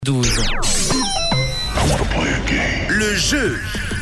12. Le jeu.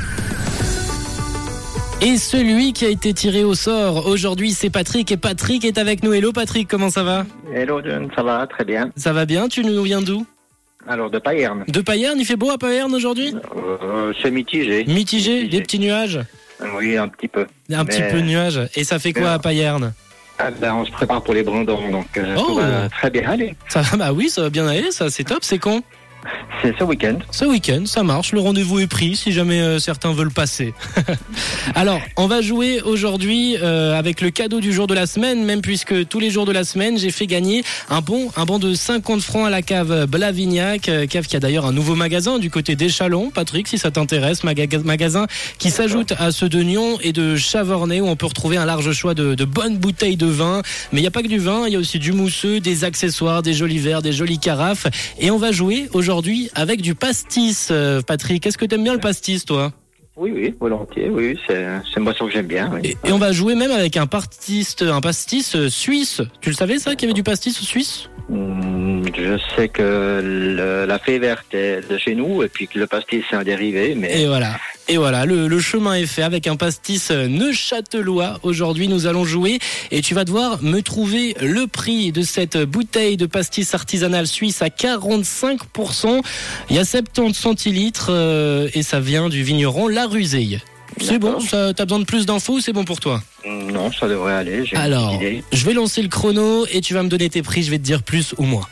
Et celui qui a été tiré au sort aujourd'hui, c'est Patrick. Et Patrick est avec nous. Hello Patrick, comment ça va ? Hello John, ça va très bien. Ça va bien, tu nous viens d'où ? Alors de Payerne. De Payerne, il fait beau à Payerne aujourd'hui ? C'est mitigé. Mitigé, des petits nuages ? Oui, un petit peu. Petit peu de nuages. Et ça fait quoi à Payerne ? On se prépare pour les brandons, donc tout va très bien aller. Ça va, bah oui, ça va bien aller, ça c'est top, c'est quand ? C'est ce week-end. Ce week-end, ça marche, le rendez-vous est pris si jamais certains veulent passer. Alors, on va jouer aujourd'hui avec le cadeau du jour de la semaine, même puisque tous les jours de la semaine, j'ai fait gagner un bon de 50 francs à la cave Blavignac, cave qui a d'ailleurs un nouveau magasin du côté d'Échalon. Patrick, si ça t'intéresse, magasin qui s'ajoute à ceux de Nyon et de Chavornay, où on peut retrouver un large choix de bonnes bouteilles de vin. Mais il n'y a pas que du vin, il y a aussi du mousseux, des accessoires, des jolis verres, des jolies carafes. Et on va jouer aujourd'hui avec du pastis. Patrick, est-ce que t'aimes bien le pastis, toi ? Oui, volontiers, oui, c'est une boisson que j'aime bien. Oui. Et on va jouer même avec un pastis suisse. Tu le savais ça, qu'il y avait du pastis suisse ? Je sais que la fée verte est de chez nous et puis que le pastis c'est un dérivé. Mais... Et voilà, le chemin est fait avec un pastis neuchâtelois. Aujourd'hui, nous allons jouer et tu vas devoir me trouver le prix de cette bouteille de pastis artisanal suisse à 45%. Il y a 70 centilitres et ça vient du vigneron La Rusée. C'est bon, t'as besoin de plus d'infos ou c'est bon pour toi ? Non, ça devrait aller. Alors, je vais lancer le chrono et tu vas me donner tes prix, je vais te dire plus ou moins.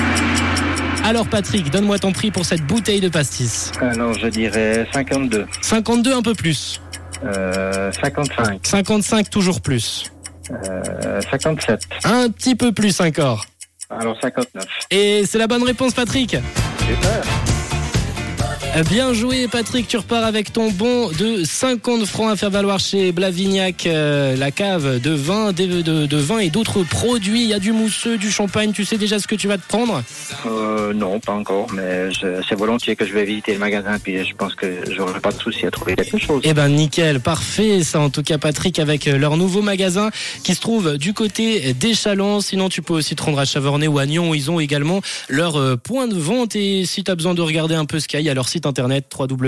Alors Patrick, donne-moi ton prix pour cette bouteille de pastis. Alors je dirais 52. 52 un peu plus. 55. 55 toujours plus. 57. Un petit peu plus encore. Alors 59. Et c'est la bonne réponse Patrick. Super. Bien joué Patrick, tu repars avec ton bon de 50 francs à faire valoir chez Blavignac, la cave de vin, de vin et d'autres produits. Il y a du mousseux, du champagne, tu sais déjà ce que tu vas te prendre ? Non, pas encore, mais c'est volontiers que je vais visiter le magasin, puis je pense que j'aurai pas de souci à trouver quelque chose. Eh ben nickel, parfait ça en tout cas Patrick, avec leur nouveau magasin qui se trouve du côté d'Échalon. Sinon tu peux aussi te rendre à Chavornay ou à Nyon où ils ont également leur point de vente. Et si tu as besoin de regarder un peu ce qu'il y a leur site internet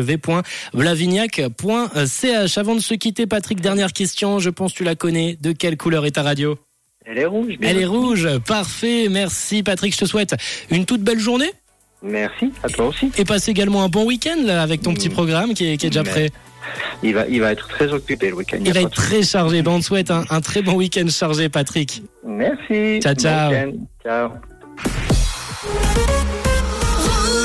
www.blavignac.ch. Avant de se quitter Patrick, dernière question, je pense que tu la connais. De quelle couleur est ta radio ? Elle est rouge. Elle est rouge, parfait, merci Patrick, je te souhaite une toute belle journée. Merci, à toi aussi. Et passe également un bon week-end là, avec ton petit programme qui est déjà prêt. Il va être très occupé le week-end. Il va être très chargé, on te souhaite un très bon week-end chargé Patrick. Merci. Ciao. Bon week-end. Ciao.